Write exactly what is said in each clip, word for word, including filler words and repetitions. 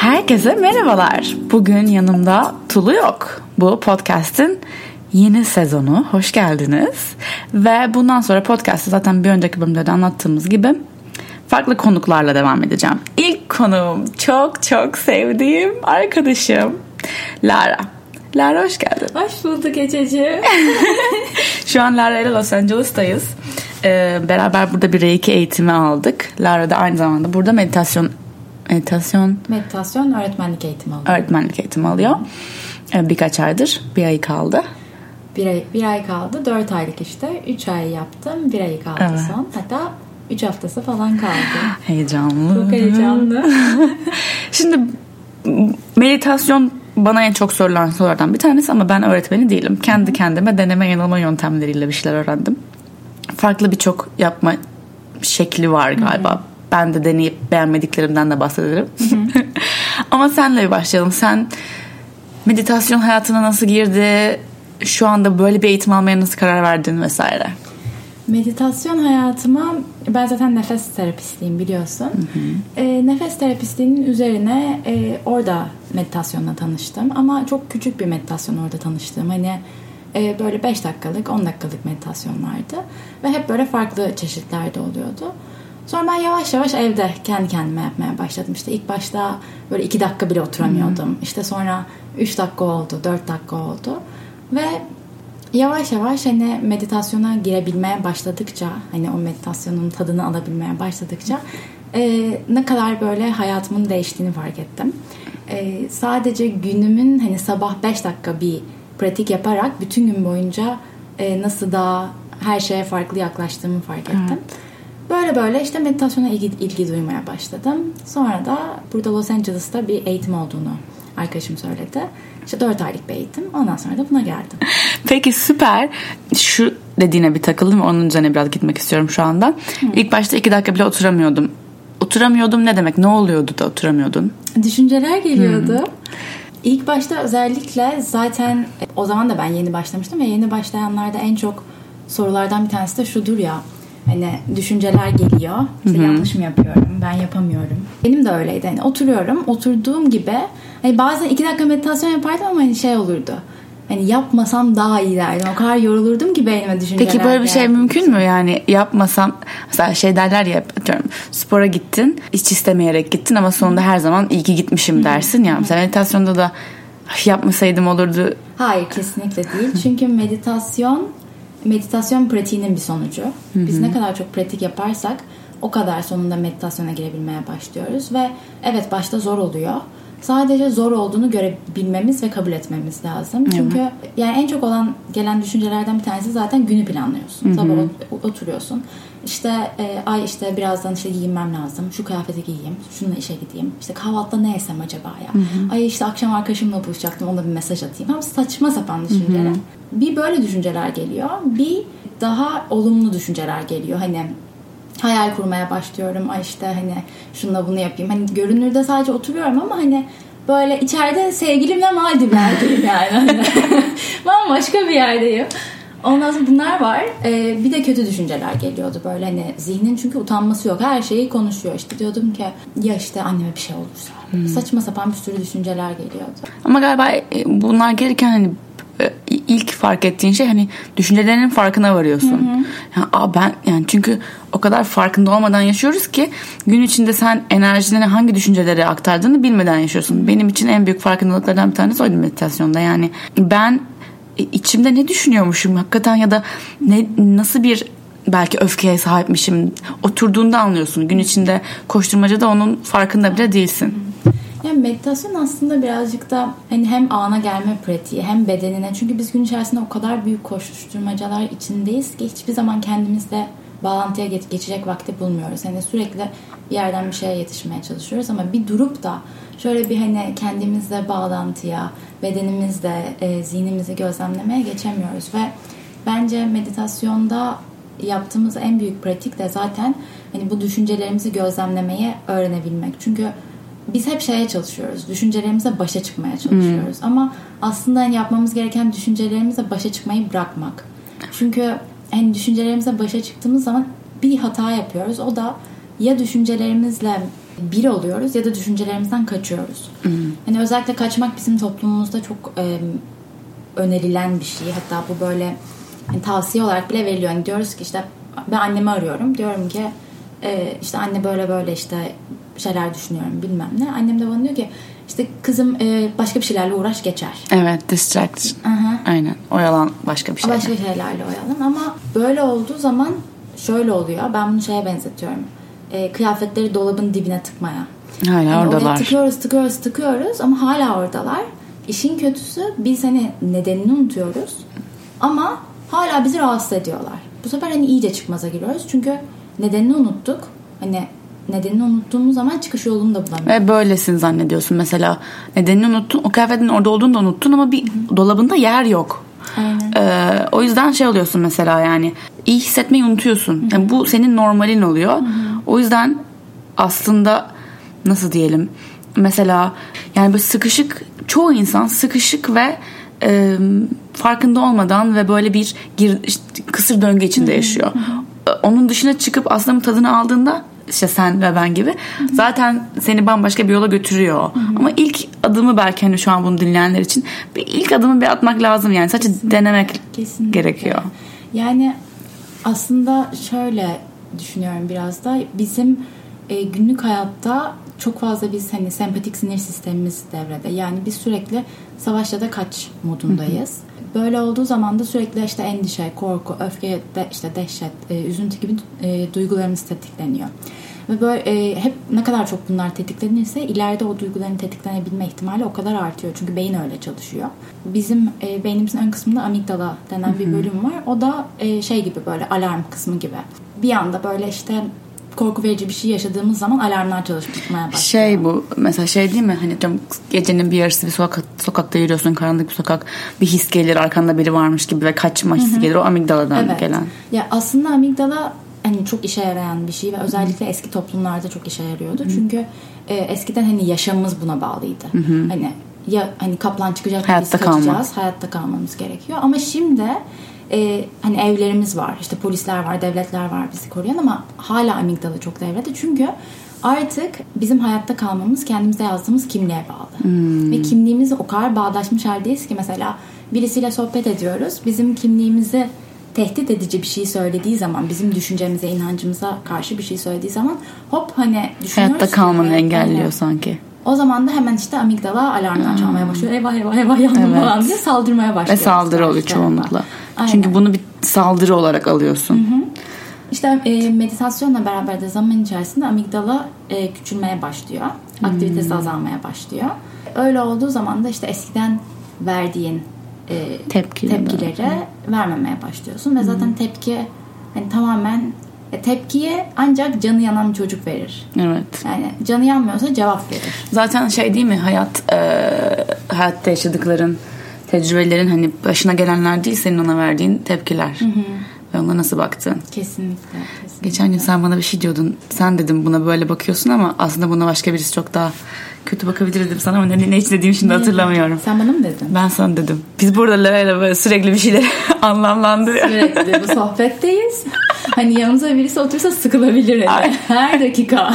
Herkese merhabalar. Bugün yanımda Tulu yok. Bu podcast'in yeni sezonu. Hoş geldiniz. Ve bundan sonra podcast'ı zaten bir önceki bölümde de anlattığımız gibi farklı konuklarla devam edeceğim. İlk konuğum çok çok sevdiğim arkadaşım Lara. Lara hoş geldin. Hoş bulduk Ececiğim. Şu an Lara ile Los Angeles'tayız. Ee, beraber burada bir Reiki eğitimi aldık. Lara da aynı zamanda burada meditasyon meditasyon meditasyon öğretmenlik eğitimi alıyor. Öğretmenlik eğitimi alıyor. Ee, birkaç aydır. Bir ay kaldı. Bir ay, bir ay kaldı. Dört aylık işte. Üç ay yaptım. Bir ay kaldı evet. Son. Hatta üç haftası falan kaldı. Heyecanlı. Çok heyecanlı. Şimdi meditasyon bana en çok sorulan sorulardan bir tanesi ama ben öğretmeni değilim. Kendi kendime deneme yanılma yöntemleriyle bir şeyler öğrendim. Farklı birçok yapma şekli var galiba. Hı-hı. Ben de deneyip beğenmediklerimden de bahsederim. Ama senle bir başlayalım. Sen meditasyon hayatına nasıl girdi? Şu anda böyle bir eğitim almaya nasıl karar verdin vesaire? Meditasyon hayatıma, ben zaten nefes terapistiyim biliyorsun. E, nefes terapistliğinin üzerine e, orada meditasyonla tanıştım. Ama çok küçük bir meditasyon orada tanıştım. Hani e, böyle beş dakikalık, on dakikalık meditasyonlardı. Ve hep böyle farklı çeşitlerde oluyordu. Sonra ben yavaş yavaş evde kendi kendime yapmaya başladım. İşte ilk başta böyle iki dakika bile oturamıyordum. Hmm. İşte sonra üç dakika oldu, dört dakika oldu. Ve yavaş yavaş hani meditasyona girebilmeye başladıkça, hani o meditasyonun tadını alabilmeye başladıkça e, ne kadar böyle hayatımın değiştiğini fark ettim. E, sadece günümün hani sabah beş dakika bir pratik yaparak bütün gün boyunca e, nasıl daha her şeye farklı yaklaştığımı fark ettim. Evet. Böyle böyle işte meditasyona ilgi, ilgi duymaya başladım. Sonra da burada Los Angeles'ta bir eğitim olduğunu arkadaşım söyledi. İşte dört aylık bir eğitim. Ondan sonra da buna geldim. Peki süper. Şu dediğine bir takıldım. Onun üzerine biraz gitmek istiyorum şu anda. Hı. İlk başta iki dakika bile oturamıyordum. Oturamıyordum ne demek? Ne oluyordu da oturamıyordun? Düşünceler geliyordu. Hı. İlk başta özellikle zaten o zaman da ben yeni başlamıştım ve yeni başlayanlarda en çok sorulardan bir tanesi de şudur ya. Hani düşünceler geliyor. İşte Hı-hı. yanlış mı yapıyorum? Ben yapamıyorum. Benim de öyleydi. Hani oturuyorum. Oturduğum gibi hani bazen iki dakika meditasyon yapardım ama hani şey olurdu. Hani yapmasam daha iyi derdim. O kadar yorulurdum ki beynime düşünceler. Peki böyle bir şey mümkün mü? Yani yapmasam mesela şey derler ya diyorum, spora gittin. Hiç istemeyerek gittin ama sonunda her zaman iyi ki gitmişim Hı-hı. dersin ya. Mesela meditasyonda da yapmasaydım olurdu. Hayır kesinlikle değil. Çünkü meditasyon meditasyon pratiğinin bir sonucu. Biz hı hı. ne kadar çok pratik yaparsak o kadar sonunda meditasyona girebilmeye başlıyoruz ve evet başta zor oluyor. Sadece zor olduğunu görebilmemiz ve kabul etmemiz lazım. Hı-hı. Çünkü yani en çok olan gelen düşüncelerden bir tanesi zaten günü planlıyorsun. Hı-hı. Sabah oturuyorsun. İşte e, ay işte birazdan işte giyinmem lazım. Şu kıyafeti giyeyim. Şununla işe gideyim. İşte kahvaltıda ne yesem acaba ya? Hı-hı. Ay işte akşam arkadaşımla buluşacaktım. Ona bir mesaj atayım. Ama saçma sapan düşünceler. Hı-hı. Bir böyle düşünceler geliyor. Bir daha olumlu düşünceler geliyor. Hani hayal kurmaya başlıyorum. Ay işte hani şununla bunu yapayım. Hani görünürde sadece oturuyorum ama hani böyle içeride sevgilimle Maldivler'deyim yani. Hani bambaşka bir yerdeyim. Ondan sonra bunlar var. Ee, bir de kötü düşünceler geliyordu böyle hani zihnin çünkü utanması yok. Her şeyi konuşuyor. İşte diyordum ki ya işte anneme bir şey olursa. Hmm. Saçma sapan bir sürü düşünceler geliyordu. Ama galiba bunlar gelirken hani ilk fark ettiğin şey hani düşüncelerinin farkına varıyorsun. Hı hı. Yani, aa ben yani çünkü o kadar farkında olmadan yaşıyoruz ki gün içinde sen enerjilerini hangi düşüncelere aktardığını bilmeden yaşıyorsun. Hı. Benim için en büyük farkındalıklardan bir tanesi oydu meditasyonda. Yani ben içimde ne düşünüyormuşum hakikaten ya da ne nasıl bir belki öfkeye sahipmişim oturduğunda anlıyorsun. Gün içinde koşturmacada onun farkında bile değilsin. Hı. Yani meditasyon aslında birazcık da hani hem ana gelme pratiği hem bedenine. Çünkü biz gün içerisinde o kadar büyük koşuşturmacalar içindeyiz ki hiçbir zaman kendimizle bağlantıya geç, geçecek vakti bulmuyoruz. Hani sürekli bir yerden bir şeye yetişmeye çalışıyoruz ama bir durup da şöyle bir hani kendimizle bağlantıya, bedenimizle, e, zihnimizi gözlemlemeye geçemiyoruz ve bence meditasyonda yaptığımız en büyük pratik de zaten hani bu düşüncelerimizi gözlemlemeyi öğrenebilmek. Çünkü biz hep şeye çalışıyoruz. Düşüncelerimize başa çıkmaya çalışıyoruz. Hmm. Ama aslında hani yapmamız gereken düşüncelerimize başa çıkmayı bırakmak. Çünkü hani düşüncelerimize başa çıktığımız zaman bir hata yapıyoruz. O da ya düşüncelerimizle bir oluyoruz ya da düşüncelerimizden kaçıyoruz. Hı hı. Hani özellikle kaçmak bizim toplumumuzda çok e, önerilen bir şey. Hatta bu böyle hani tavsiye olarak bile veriliyor. Yani diyoruz ki işte ben annemi arıyorum. Diyorum ki e, işte anne böyle böyle işte şeyler düşünüyorum bilmem ne. Annem de bana diyor ki işte kızım e, başka bir şeylerle uğraş geçer. Evet, distraction. Aha. Aynen. Oyalan başka bir şeyler. Başka şeylerle oyalan ama böyle olduğu zaman şöyle oluyor. Ben bunu şeye benzetiyorum. E, kıyafetleri dolabın dibine tıkmaya. Hala yani oradalar. Tıkıyoruz, tıkıyoruz, tıkıyoruz ama hala oradalar. İşin kötüsü biz hani nedenini unutuyoruz ama hala bizi rahatsız ediyorlar. Bu sefer hani iyice çıkmaza giriyoruz. Çünkü nedenini unuttuk. Hani nedenini unuttuğumuz zaman çıkış yolunu da bulamıyoruz. Ve böylesin zannediyorsun. Mesela nedenini unuttun. O kıyafetin orada olduğunu da unuttun ama bir Hı-hı. dolabında yer yok. Aynen. Ee, o yüzden şey oluyorsun mesela yani iyi hissetmeyi unutuyorsun. Yani bu senin normalin oluyor. Hı-hı. O yüzden aslında nasıl diyelim mesela yani böyle sıkışık çoğu insan sıkışık ve e, farkında olmadan ve böyle bir gir, işte, kısır döngü içinde Hı-hı. yaşıyor. Hı-hı. Onun dışına çıkıp aslında tadını aldığında işte sen ve ben gibi Hı-hı. zaten seni bambaşka bir yola götürüyor. Hı-hı. Ama ilk adımı belki hani şu an bunu dinleyenler için bir ilk adımı bir atmak lazım yani sadece Kesinlikle. denemek Kesinlikle. gerekiyor. Yani aslında şöyle düşünüyorum biraz da bizim e, günlük hayatta çok fazla biz hani sempatik sinir sistemimiz devrede. Yani biz sürekli savaş ya da kaç modundayız. Hı hı. Böyle olduğu zaman da sürekli işte endişe, korku, öfke, de, işte dehşet, e, üzüntü gibi e, duygularımız tetikleniyor. Ve böyle e, hep ne kadar çok bunlar tetiklenirse ileride o duyguların tetiklenebilme ihtimali o kadar artıyor. Çünkü beyin öyle çalışıyor. Bizim e, beynimizin ön kısmında amigdala denen hı hı. bir bölüm var. O da e, şey gibi böyle alarm kısmı gibi. Bir anda böyle işte korku verici bir şey yaşadığımız zaman alarmlar çalışmaya başlıyor. Şey bu mesela şey değil mi? Hani diyorum, gecenin bir yarısı bir sokak, sokakta yürüyorsun, karanlık bir sokak, bir his gelir, arkanda biri varmış gibi ve kaçma hissi gelir. O amigdaladan evet. gelen. Ya aslında amigdala hani çok işe yarayan bir şey ve özellikle Hı. eski toplumlarda çok işe yarıyordu. Hı. Çünkü e, eskiden hani yaşamımız buna bağlıydı. Hı. Hani ya hani kaplan çıkacak, hayatta biz kaçacağız, kalma. hayatta kalmamız gerekiyor. Ama şimdi Ee, hani evlerimiz var, işte polisler var, devletler var bizi koruyan ama hala amigdala çok devrede. Çünkü artık bizim hayatta kalmamız kendimize yazdığımız kimliğe bağlı. Hmm. Ve kimliğimizi o kadar bağdaşmış haldeyiz ki mesela birisiyle sohbet ediyoruz. Bizim kimliğimizi tehdit edici bir şey söylediği zaman, bizim düşüncemize, inancımıza karşı bir şey söylediği zaman hop hani düşünüyoruz. Hayatta kalmanı ki, engelliyor yani. Sanki. O zaman da hemen işte amigdala alarmlar çalmaya başlıyor. Eyvah eyvah eyvah yandım evet. falan diye saldırmaya başlıyor. Ve saldırı oluyor çoğunlukla. Aynen. Çünkü bunu bir saldırı olarak alıyorsun. Hı hı. İşte e, meditasyonla beraber de zaman içerisinde amigdala e, küçülmeye başlıyor. Aktivitesi hmm. azalmaya başlıyor. Öyle olduğu zaman da işte eskiden verdiğin e, Tepkileri. tepkileri vermemeye başlıyorsun. Ve zaten hmm. tepki hani tamamen E, tepkiye ancak canı yanan çocuk verir. Evet. Yani canı yanmıyorsa cevap verir. Zaten şey değil mi hayat e, hayatta yaşadıkların tecrübelerin hani başına gelenler değil senin ona verdiğin tepkiler. Hı hı. Ve ona nasıl baktın? Kesinlikle, kesinlikle. Geçen gün sen bana bir şey diyordun. Sen dedim buna böyle bakıyorsun ama aslında buna başka birisi çok daha kötü bakabilir dedim sana ama ne, ne hiç dediğimi şimdi ne hatırlamıyorum. Sen bana mı dedin? Ben sana dedim. Biz burada Lera'yla böyle sürekli bir şeyleri anlamlandırıyoruz. Sürekli bu sohbetteyiz. Hani yanımıza birisi otursa sıkılabilir. Her dakika.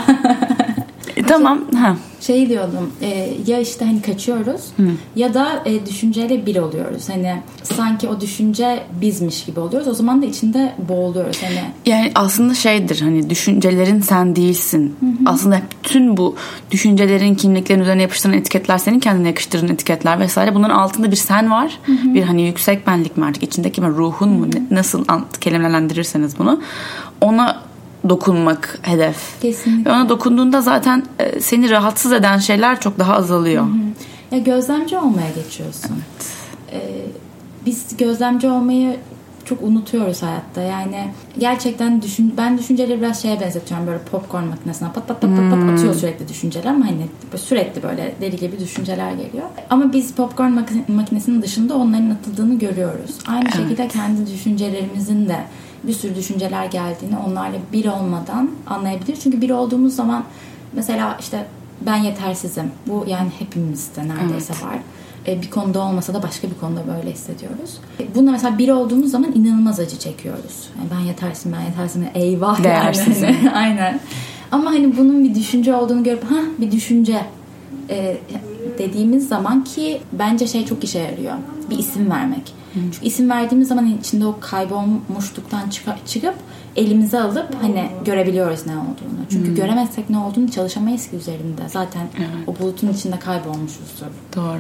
e, tamam. Ha. Şey diyordum e, ya işte hani kaçıyoruz Hı. ya da e, düşünceyle bir oluyoruz. Hani sanki o düşünce bizmiş gibi oluyoruz. O zaman da içinde boğuluyoruz. Hani yani aslında şeydir hani düşüncelerin sen değilsin. Hı hı. Aslında bütün bu düşüncelerin, kimliklerin üzerine yapıştırılan etiketler senin kendine yakıştırdığın etiketler vesaire. Bunların altında bir sen var. Hı hı. Bir hani yüksek benlik mi artık içindeki mi ruhun mu hı hı. nasıl kelimelendirirseniz bunu ona dokunmak hedef. Kesinlikle. Ve ona dokunduğunda zaten seni rahatsız eden şeyler çok daha azalıyor. Hı hı. Ya gözlemci olmaya geçiyorsun. Evet. Ee, biz gözlemci olmayı çok unutuyoruz hayatta. Yani gerçekten düşün, ben düşünceleri biraz şeye benzetiyorum. Böyle popcorn makinesine pat pat pat pat, pat atıyor sürekli düşünceler ama hani sürekli böyle deli gibi düşünceler geliyor. Ama biz popcorn makinesinin dışında onların atıldığını görüyoruz. Aynı evet. şekilde kendi düşüncelerimizin de bir sürü düşünceler geldiğini onlarla bir olmadan anlayabilir. Çünkü bir olduğumuz zaman mesela işte ben yetersizim. Bu yani hepimizde neredeyse evet. var. E, bir konuda olmasa da başka bir konuda böyle hissediyoruz. E, bununla mesela bir olduğumuz zaman inanılmaz acı çekiyoruz. Yani ben yetersizim, ben yetersizim. Eyvah değersizim. Yani. Aynen. Ama hani bunun bir düşünce olduğunu görüp ha bir düşünce e, dediğimiz zaman ki bence şey çok işe yarıyor. Bir isim vermek. Hı. Çünkü isim verdiğimiz zaman içinde o kaybolmuşluktan çık- çıkıp elimize alıp hani görebiliyoruz ne olduğunu. Çünkü hmm. göremezsek ne olduğunu çalışamayız ki üzerinde. Zaten evet. o bulutun içinde kaybolmuşuzdur. Doğru.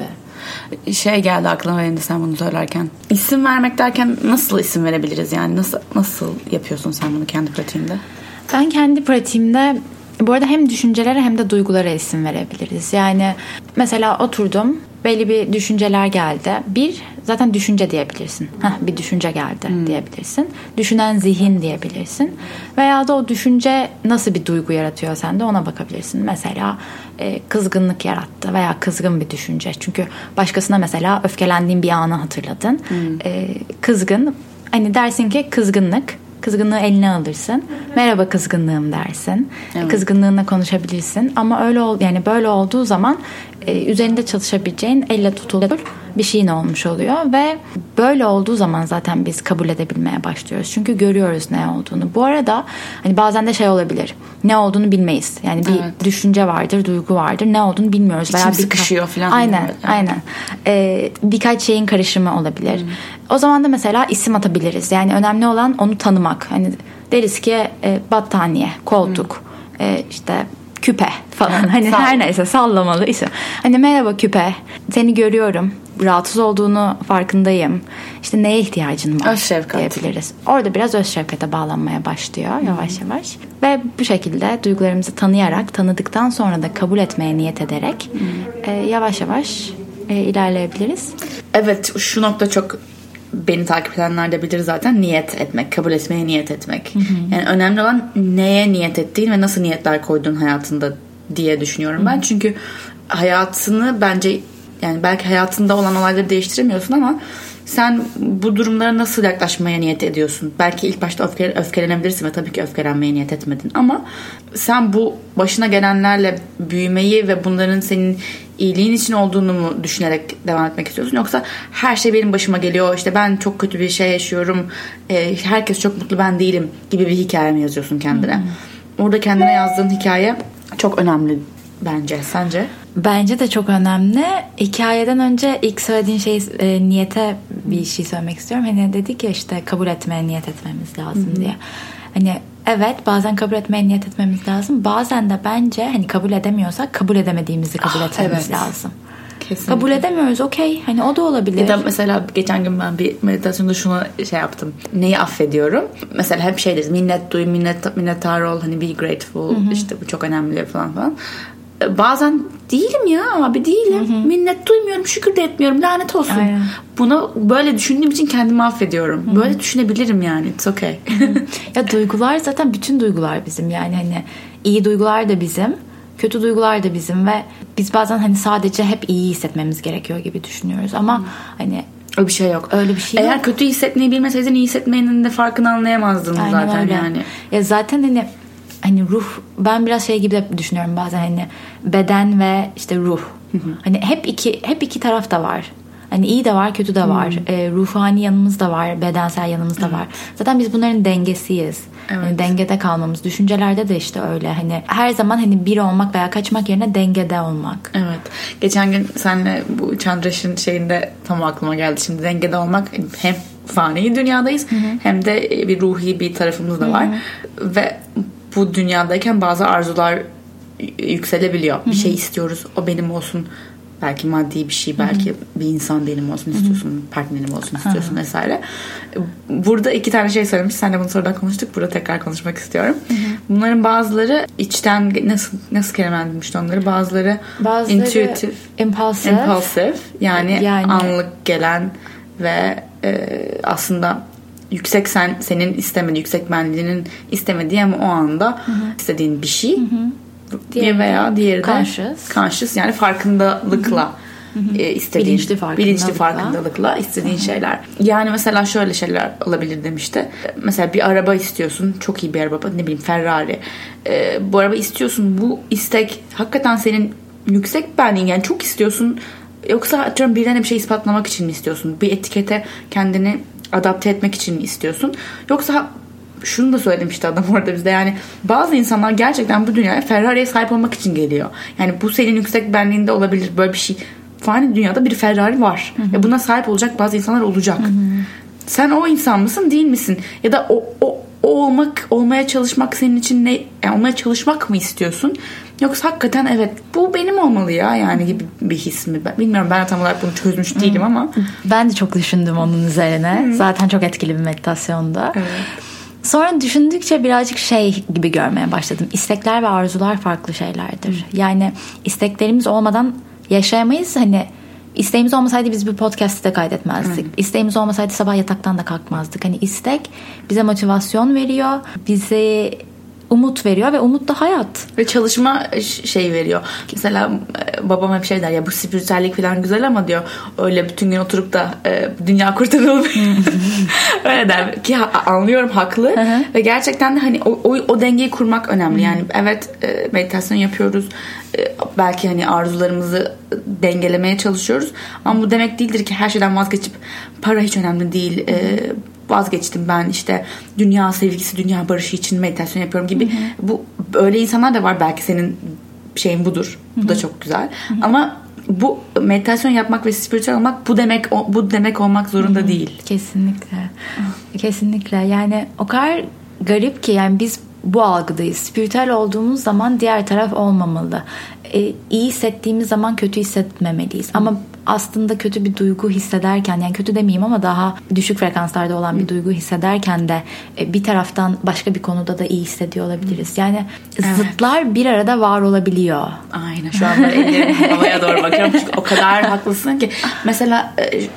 Gibi. Şey geldi aklıma benim de sen bunu söylerken. İsim vermek derken nasıl isim verebiliriz? Yani nasıl nasıl yapıyorsun sen bunu kendi pratiğinde? Ben kendi pratiğimde bu arada hem düşüncelere hem de duygulara isim verebiliriz. Yani mesela oturdum, belli bir düşünceler geldi. Bir, zaten düşünce diyebilirsin. Heh, bir düşünce geldi hmm. diyebilirsin. Düşünen zihin diyebilirsin. Veya da o düşünce nasıl bir duygu yaratıyor sende ona bakabilirsin. Mesela e, kızgınlık yarattı veya kızgın bir düşünce. Çünkü başkasına mesela öfkelendiğin bir anı hatırladın. Hmm. E, kızgın, hani dersin ki kızgınlık. Kızgınlığı eline alırsın. Merhaba kızgınlığım dersin. Evet. Kızgınlığınla konuşabilirsin. Ama öyle ol, yani böyle olduğu zaman e, üzerinde çalışabileceğin, elle tutulur bir şeyin olmuş oluyor ve böyle olduğu zaman zaten biz kabul edebilmeye başlıyoruz. Çünkü görüyoruz ne olduğunu. Bu arada hani bazen de şey olabilir. Ne olduğunu bilmeyiz. Yani bir evet. düşünce vardır, duygu vardır. Ne olduğunu bilmiyoruz. İçim veya sıkışıyor falan. Aynen, evet. aynen. Ee, birkaç şeyin karışımı olabilir. Hmm. O zaman da mesela isim atabiliriz. Yani önemli olan onu tanımak. Hani deriz ki e, battaniye, koltuk, hmm. e, işte küpe falan. Hani Sall- her neyse sallamalı isim. Hani merhaba küpe. Seni görüyorum. Rahatsız olduğunu farkındayım. İşte neye ihtiyacın var? Öz şefkat diyebiliriz. Orada biraz öz şefkate bağlanmaya başlıyor yavaş hmm. yavaş. Ve bu şekilde duygularımızı tanıyarak, tanıdıktan sonra da kabul etmeye niyet ederek hmm. e, yavaş yavaş e, ilerleyebiliriz. Evet, şu nokta çok beni takip edenler de bilir zaten, niyet etmek, kabul etmeye niyet etmek. Hı hı. Yani önemli olan neye niyet ettiğin ve nasıl niyetler koyduğun hayatında diye düşünüyorum hı hı. ben. Çünkü hayatını bence, yani belki hayatında olan olayları değiştiremiyorsun ama sen bu durumlara nasıl yaklaşmaya niyet ediyorsun? Belki ilk başta öfke, öfkelenebilirsin ve tabii ki öfkelenmeye niyet etmedin ama sen bu başına gelenlerle büyümeyi ve bunların senin iyiliğin için olduğunu mu düşünerek devam etmek istiyorsun? Yoksa her şey benim başıma geliyor, işte ben çok kötü bir şey yaşıyorum, e, herkes çok mutlu, ben değilim gibi bir hikaye mi yazıyorsun kendine? Hmm. Orada kendine yazdığın hikaye çok önemli bence. Sence? Bence de çok önemli. Hikayeden önce ilk söylediğin şey e, niyete bir şey söylemek istiyorum. Hani dedik ya işte kabul etmeye niyet etmemiz lazım Hı-hı. diye. Hani evet, bazen kabul etmeye niyet etmemiz lazım. Bazen de bence hani kabul edemiyorsak kabul edemediğimizi kabul ah, etmemiz evet. lazım. Kesinlikle. Kabul edemiyoruz, okey. Hani o da olabilir. Ya da mesela geçen gün ben bir meditasyonda şuna şey yaptım. Neyi affediyorum? Mesela hep şey deriz. Minnet duy, minnet, minnettar ol. Hani be grateful. Hı-hı. İşte bu çok önemli falan falan. Bazen değilim ya abi değilim. Hı hı. Minnet duymuyorum, şükür de etmiyorum. Lanet olsun. Aynen. Bunu böyle düşündüğüm için kendimi affediyorum. Hı hı. Böyle düşünebilirim yani. It's okay. Ya duygular zaten bütün duygular bizim. Yani hani iyi duygular da bizim, kötü duygular da bizim ve biz bazen hani sadece hep iyi hissetmemiz gerekiyor gibi düşünüyoruz ama hı. hani öyle bir şey yok. Öyle bir şey Eğer yok. kötü hissetmeyi bilmeseydin iyi hissetmenin de farkını anlayamazdın Aynen zaten öyle. Yani. Ya zaten hani hani ruh, ben biraz şey gibi de düşünüyorum bazen, hani beden ve işte ruh. Hı hı. Hani hep iki hep iki taraf da var. Hani iyi de var, kötü de var. E, ruhani yanımız da var, bedensel yanımız da evet. var. Zaten biz bunların dengesiyiz. Evet. Yani dengede kalmamız. Düşüncelerde de işte öyle. Hani her zaman hani bir olmak veya kaçmak yerine dengede olmak. Evet. Geçen gün seninle bu Chandrash'ın şeyinde tam aklıma geldi. Şimdi dengede olmak, hem fani dünyadayız hı hı. hem de bir ruhi bir tarafımız da var. Hı hı. Ve bu dünyadayken bazı arzular yükselebiliyor. Hı-hı. Bir şey istiyoruz, o benim olsun. Belki maddi bir şey, belki Hı-hı. bir insan benim olsun istiyorsun, Hı-hı. partnerim olsun istiyorsun Hı-hı. vesaire. Burada iki tane şey söylemiş. Seninle bunu sonradan konuştuk. Burada tekrar konuşmak istiyorum. Hı-hı. Bunların bazıları içten, nasıl nasıl kelimelendirmişti onları? Bazıları, bazıları intuitive, impulsive. impulsive yani, yani anlık gelen ve e, aslında yüksek sen senin istemediğin, yüksek benliğinin istemediği ama o anda Hı-hı. istediğin bir şey. Hı-hı. Diğeri veya diğeri de conscious. conscious yani farkındalıkla Hı-hı. e, istediğin bilinçli farkındalıkla, bilinçli farkındalıkla istediğin Hı-hı. şeyler. Yani mesela şöyle şeyler olabilir demişti. Mesela bir araba istiyorsun, çok iyi bir araba, ne bileyim Ferrari. E, bu araba istiyorsun. Bu istek hakikaten senin yüksek benliğin, yani çok istiyorsun. Yoksa atıyorum birine bir şey ispatlamak için mi istiyorsun? Bir etikete kendini adapte etmek için mi istiyorsun? Yoksa şunu da söylemişti adam orada bizde, yani bazı insanlar gerçekten bu dünyaya Ferrari'ye sahip olmak için geliyor. Yani bu senin yüksek benliğinde olabilir, böyle bir şey. Fani dünyada bir Ferrari var. Hı hı. Ve buna sahip olacak bazı insanlar olacak. Hı hı. Sen o insan mısın, değil misin? Ya da o, o, o olmak, olmaya çalışmak senin için ne? Yani olmaya çalışmak mı istiyorsun? Yoksa hakikaten evet bu benim olmalı ya yani gibi bir his mi? Ben, bilmiyorum, ben tam olarak bunu çözmüş değilim hmm. ama. Ben de çok düşündüm onun üzerine. Hmm. Zaten çok etkili bir meditasyonda. Evet. Sonra düşündükçe birazcık şey gibi görmeye başladım. İstekler ve arzular farklı şeylerdir. Hmm. Yani isteklerimiz olmadan yaşayamayız. Hani isteğimiz olmasaydı biz bir podcast'ı da kaydetmezdik. Hmm. İsteğimiz olmasaydı sabah yataktan da kalkmazdık. Hani istek bize motivasyon veriyor. Bize umut veriyor ve umut da hayat. Ve çalışma şey veriyor. Mesela babam hep şey der ya, bu spiritüellik falan güzel ama diyor öyle bütün gün oturup da e, dünya kurtarılır. Öyle der ki anlıyorum, haklı. Ve gerçekten de hani o, o, o dengeyi kurmak önemli. Yani evet e, meditasyon yapıyoruz. E, belki hani arzularımızı dengelemeye çalışıyoruz. Ama bu demek değildir ki her şeyden vazgeçip para hiç önemli değil. E, vazgeçtim ben işte dünya sevgisi, dünya barışı için meditasyon yapıyorum gibi. Hı hı. Bu öyle insanlar da var, belki senin şeyin budur. Bu hı hı. da çok güzel. Hı hı. Ama bu meditasyon yapmak ve spiritüel olmak bu demek bu demek olmak zorunda hı hı. değil. Kesinlikle. Hı. Kesinlikle. Yani o kadar garip ki yani biz bu algıdayız. Spiritüel olduğumuz zaman diğer taraf olmamalı. Ee, iyi hissettiğimiz zaman kötü hissetmemeliyiz. Hı. Ama aslında kötü bir duygu hissederken, yani kötü demeyeyim ama daha düşük frekanslarda olan bir duygu hissederken de bir taraftan başka bir konuda da iyi hissediyor olabiliriz. Yani evet. zıtlar bir arada var olabiliyor. Aynen, şu anda ellerim havaya doğru bakıyorum çünkü o kadar haklısın ki. Mesela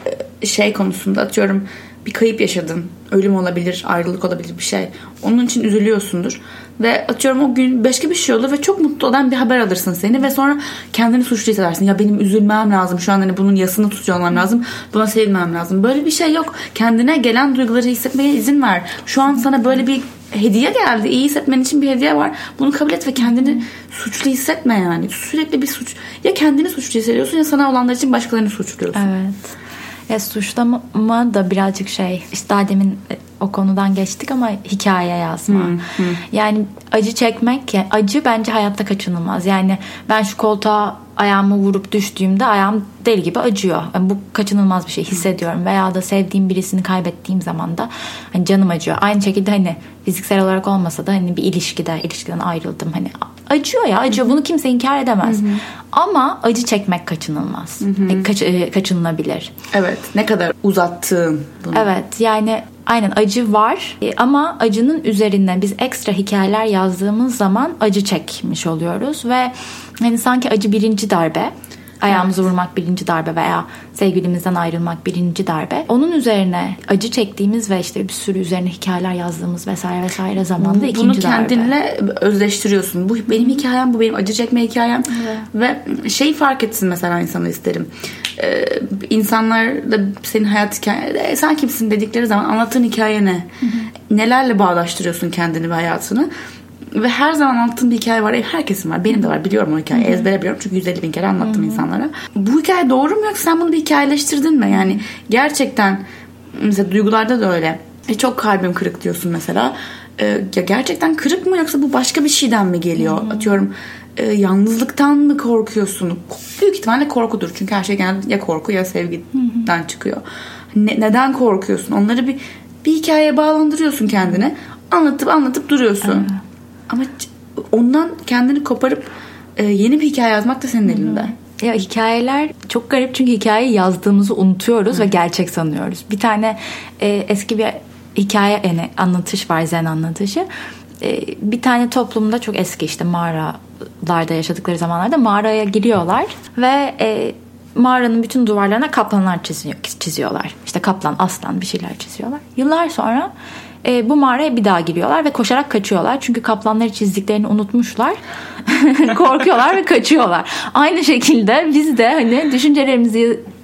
şey konusunda atıyorum bir kayıp yaşadın. Ölüm olabilir, ayrılık olabilir bir şey. Onun için üzülüyorsundur. Ve atıyorum o gün başka bir şey olur ve çok mutlu olan bir haber alırsın seni ve sonra kendini suçlu hissedersin. Ya benim üzülmem lazım. Şu an hani bunun yasını tutuyor olmam lazım. Buna sevinmem lazım. Böyle bir şey yok. Kendine gelen duyguları hissetmeye izin ver. Şu an sana böyle bir hediye geldi. İyi hissetmen için bir hediye var. Bunu kabul et ve kendini suçlu hissetme yani. Sürekli bir suç. Ya kendini suçlu hissediyorsun ya sana olanlar için başkalarını suçluyorsun. Evet. Ya suçlama da birazcık şey, işte daha demin o konudan geçtik ama hikaye yazma. Hmm, hmm. Yani acı çekmek, acı bence hayatta kaçınılmaz. Yani ben şu koltuğa ayağımı vurup düştüğümde ayağım deli gibi acıyor. Yani bu kaçınılmaz bir şey, hissediyorum. Veya da sevdiğim birisini kaybettiğim zaman da hani canım acıyor. Aynı şekilde hani fiziksel olarak olmasa da hani bir ilişkide, ilişkiden ayrıldım. Hani acıyor ya, acıyor. Bunu kimse inkar edemez. Hı-hı. Ama acı çekmek kaçınılmaz. E, kaç, e, kaçınılabilir. Evet. Ne kadar uzattığın bunu. Evet. Yani aynen acı var e, ama acının üzerine biz ekstra hikayeler yazdığımız zaman acı çekmiş oluyoruz ve hani sanki acı birinci darbe, ayağımızı evet. vurmak birinci darbe veya sevgilimizden ayrılmak birinci darbe. Onun üzerine acı çektiğimiz ve işte bir sürü üzerine hikayeler yazdığımız vesaire vesaire zamanda bu, ikinci darbe. Bunu kendinle özleştiriyorsun. Bu benim hikayem, bu benim acı çekme hikayem. Evet. Ve şeyi fark etsin mesela insanı isterim. Ee, insanlar da senin hayat hikayen, sen kimsin dedikleri zaman anlattığın hikaye ne? Hı hı. Nelerle bağdaştırıyorsun kendini ve hayatını? Ve her zaman anlattığım bir hikaye var. Herkesin var. Benim de var. Biliyorum o hikayeyi. Ezbere biliyorum. Çünkü yüz elli bin kere anlattım Hı-hı. insanlara. Bu hikaye doğru mu yoksa sen bunu bir hikayeleştirdin mi? Yani gerçekten mesela duygularda da öyle. E, çok kalbim kırık diyorsun mesela. E, ya gerçekten kırık mı yoksa bu başka bir şeyden mi geliyor? Hı-hı. Atıyorum e, yalnızlıktan mı korkuyorsun? Büyük ihtimalle korkudur. Çünkü her şey genelde ya korku ya sevgiden Hı-hı. çıkıyor. Ne, neden korkuyorsun? Onları bir bir hikayeye bağlandırıyorsun kendine. Anlatıp anlatıp duruyorsun. Hı-hı. Ama ondan kendini koparıp e, yeni bir hikaye yazmak da senin elinde. Ya hikayeler çok garip çünkü hikayeyi yazdığımızı unutuyoruz Hı. ve gerçek sanıyoruz. Bir tane e, eski bir hikaye yani anlatış var, zen anlatışı. E, bir tane toplumda çok eski işte mağaralarda yaşadıkları zamanlarda mağaraya giriyorlar ve e, mağaranın bütün duvarlarına kaplanlar çiziyor, çiziyorlar. İşte kaplan, aslan bir şeyler çiziyorlar. Yıllar sonra E, bu mağaraya bir daha giriyorlar ve koşarak kaçıyorlar. Çünkü kaplanları çizdiklerini unutmuşlar. Korkuyorlar ve kaçıyorlar. Aynı şekilde biz de hani düşüncelerimizi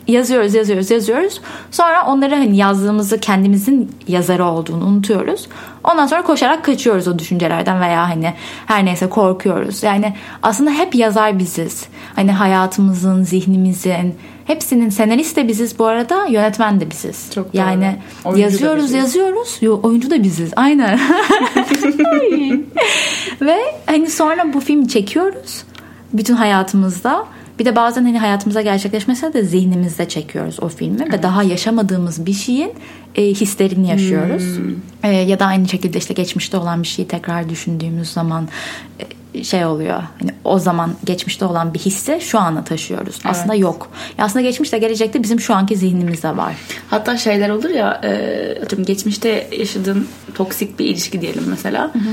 yazıyoruz yazıyoruz yazıyoruz. Sonra onları hani yazdığımızı kendimizin yazarı olduğunu unutuyoruz. Ondan sonra koşarak kaçıyoruz o düşüncelerden veya hani her neyse korkuyoruz. Yani aslında hep yazar biziz. Hani hayatımızın, zihnimizin hepsinin senarist de biziz bu arada, yönetmen de biziz. Çok yani doğru. yazıyoruz yazıyoruz. Yo, oyuncu da biziz. Aynen. Ve hani sonra bu filmi çekiyoruz bütün hayatımızda. Bir de bazen hani hayatımıza gerçekleşmese de zihnimizde çekiyoruz o filmi. Evet. Ve daha yaşamadığımız bir şeyin e, hislerini yaşıyoruz. Hmm. E, ya da aynı şekilde işte geçmişte olan bir şeyi tekrar düşündüğümüz zaman e, şey oluyor. Hani o zaman geçmişte olan bir hissi şu ana taşıyoruz. Evet. Aslında yok. Ya aslında geçmişte gelecekte bizim şu anki zihnimizde var. Hatta şeyler olur ya, e, geçmişte yaşadığın toksik bir ilişki diyelim mesela. Hı hı.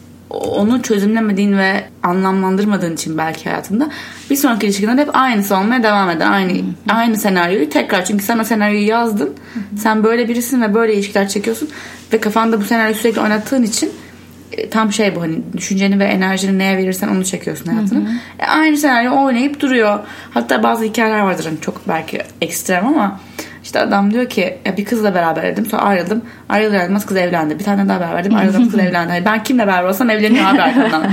Onu çözümlemediğin ve anlamlandırmadığın için belki hayatında bir sonraki ilişkiden hep aynısı olmaya devam eder. Aynı Hı-hı. aynı senaryoyu tekrar, çünkü sen o senaryoyu yazdın. Hı-hı. Sen böyle birisin ve böyle ilişkiler çekiyorsun ve kafanda bu senaryoyu sürekli oynattığın için e, tam şey bu, hani düşünceni ve enerjini neye verirsen onu çekiyorsun hayatını. E, aynı senaryo oynayıp duruyor. Hatta bazı hikayeler vardır hani çok belki ekstrem ama İşte adam diyor ki ya bir kızla beraberdim, sonra ayrıldım. Ayrılır ayrılmaz kız evlendi. Bir tane daha beraberdim, ayrıldım, kız evlendi. Yani ben kimle beraber olsam evleniyor abi arkamdan.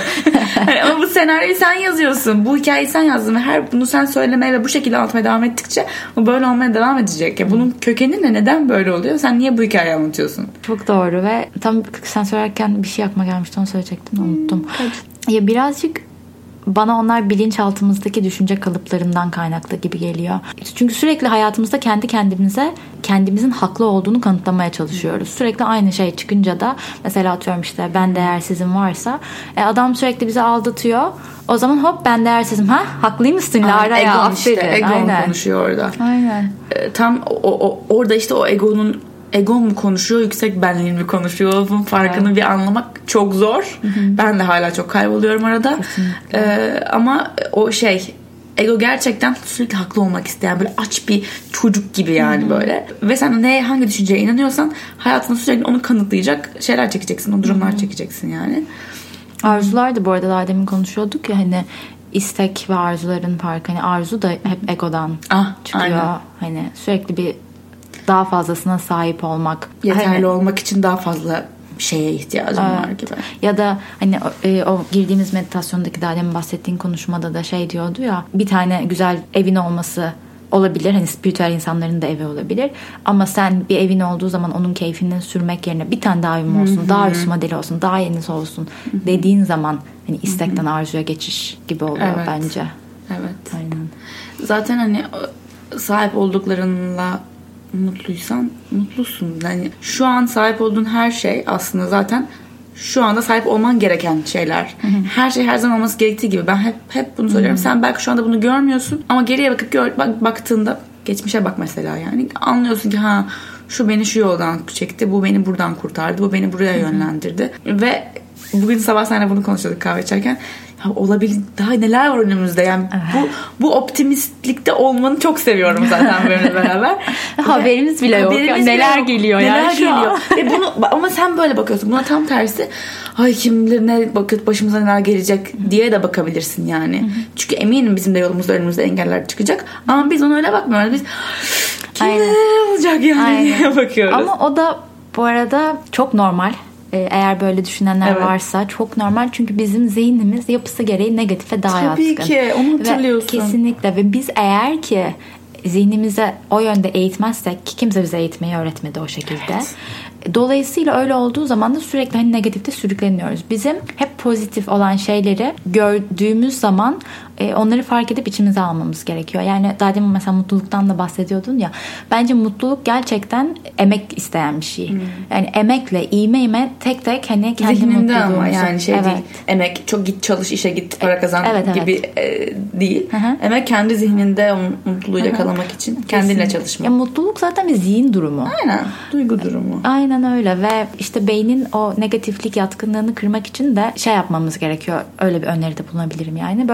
Yani ama bu senaryoyu sen yazıyorsun. Bu hikayeyi sen yazdın ve her bunu sen söylemeye ve bu şekilde anlatmaya devam ettikçe bu böyle olmaya devam edecek. Ya bunun kökeni ne? Neden böyle oluyor? Sen niye bu hikayeyi anlatıyorsun? Çok doğru ve tam sen söylerken bir şey aklıma gelmişti, onu söyleyecektim, unuttum. Hmm, ya birazcık bana onlar bilinçaltımızdaki düşünce kalıplarından kaynaklı gibi geliyor. Çünkü sürekli hayatımızda kendi kendimize kendimizin haklı olduğunu kanıtlamaya çalışıyoruz. Sürekli aynı şey çıkınca da mesela atıyorum işte ben değersizim varsa e, adam sürekli bizi aldatıyor. O zaman hop ben değersizim. Ha haklıymışsın Lara ya. Egon işte. Egon konuşuyor orada. Aynen. E, tam o, o, orada işte o egonun Egon mu konuşuyor, yüksek benliğin mi konuşuyor? Bunun farkını evet. bir anlamak çok zor. Hı hı. Ben de hala çok kayboluyorum arada. Ee, ama o şey, ego gerçekten sürekli haklı olmak isteyen, böyle aç bir çocuk gibi yani, hı hı. böyle. Ve sen neye, hangi düşünceye inanıyorsan hayatında sürekli onu kanıtlayacak şeyler çekeceksin, o durumlar hı hı. çekeceksin yani. Arzular da bu arada daha demin konuşuyorduk ya hani, istek ve arzuların farkı. Hani arzu da hep egodan ah, çıkıyor. Aynen. Hani sürekli bir daha fazlasına sahip olmak, yeterli hani, olmak için daha fazla şeye ihtiyacım evet. var gibi. Ya da hani o, o girdiğimiz meditasyondaki daha demin bahsettiğin konuşmada da şey diyordu ya, bir tane güzel evin olması olabilir. Hani spiritüel insanların da evi olabilir. Ama sen bir evin olduğu zaman onun keyfini sürmek yerine bir tane daha evim olsun, Hı-hı. daha üst modeli olsun, daha yenisi olsun Hı-hı. dediğin zaman hani istekten Hı-hı. arzuya geçiş gibi oluyor evet. bence. Evet. Aynen. Zaten hani sahip olduklarınla mutluysan mutlusun. Yani şu an sahip olduğun her şey aslında zaten şu anda sahip olman gereken şeyler. Hı hı. Her şey her zaman olması gerektiği gibi. Ben hep hep bunu söylüyorum. Hı hı. Sen belki şu anda bunu görmüyorsun ama geriye bakıp gör, bak, baktığında geçmişe bak mesela yani. Anlıyorsun ki ha şu beni şu yoldan çekti. Bu beni buradan kurtardı. Bu beni buraya hı hı. yönlendirdi. Ve bugün sabah seninle bunu konuşuyorduk kahve içerken. Ya olabilir, daha neler var önümüzde yani. Evet. bu bu optimistlikte olmanı çok seviyorum zaten benimle beraber. Haberimiz bile yok. Haberimiz neler bile geliyor neler yani geliyor. Ve bunu ama sen böyle bakıyorsun. Buna tam tersi. Ay kim bilir ne bakıp başımıza neler gelecek diye de bakabilirsin yani. Hı hı. Çünkü eminim bizim de yolumuzda önümüzde engeller çıkacak. Ama biz ona öyle bakmıyoruz. Biz kim ne olacak yani diye bakıyoruz. Ama o da bu arada çok normal. Eğer böyle düşünenler evet. varsa çok normal, çünkü bizim zihnimiz yapısı gereği negatife daha yatkın. Tabii ki onu hatırlıyorsun. Ve kesinlikle ve biz eğer ki zihnimize o yönde eğitmezsek, ki kimse bize eğitmeyi öğretmedi o şekilde. Evet. Dolayısıyla öyle olduğu zaman da sürekli hani negatifte sürükleniyoruz. Bizim hep pozitif olan şeyleri gördüğümüz zaman e, onları fark edip içimize almamız gerekiyor. Yani daha demin mesela mutluluktan da bahsediyordun ya. Bence mutluluk gerçekten emek isteyen bir şey. Hmm. Yani emekle, iğme tek tek hani kendi zihninde mutluluğumuzu. ama yani şey evet. değil. Emek çok git çalış, işe git, para kazan evet, gibi evet. E, değil. Hı-hı. Emek kendi zihninde o mutluluğu yakalamak için kendinle çalışmak. Ya mutluluk zaten bir zihin durumu. Aynen. Duygu durumu. Aynen. Aynen öyle ve işte beynin o negatiflik yatkınlığını kırmak için de şey yapmamız gerekiyor. Öyle bir öneride bulunabilirim yani. Böyle en küçük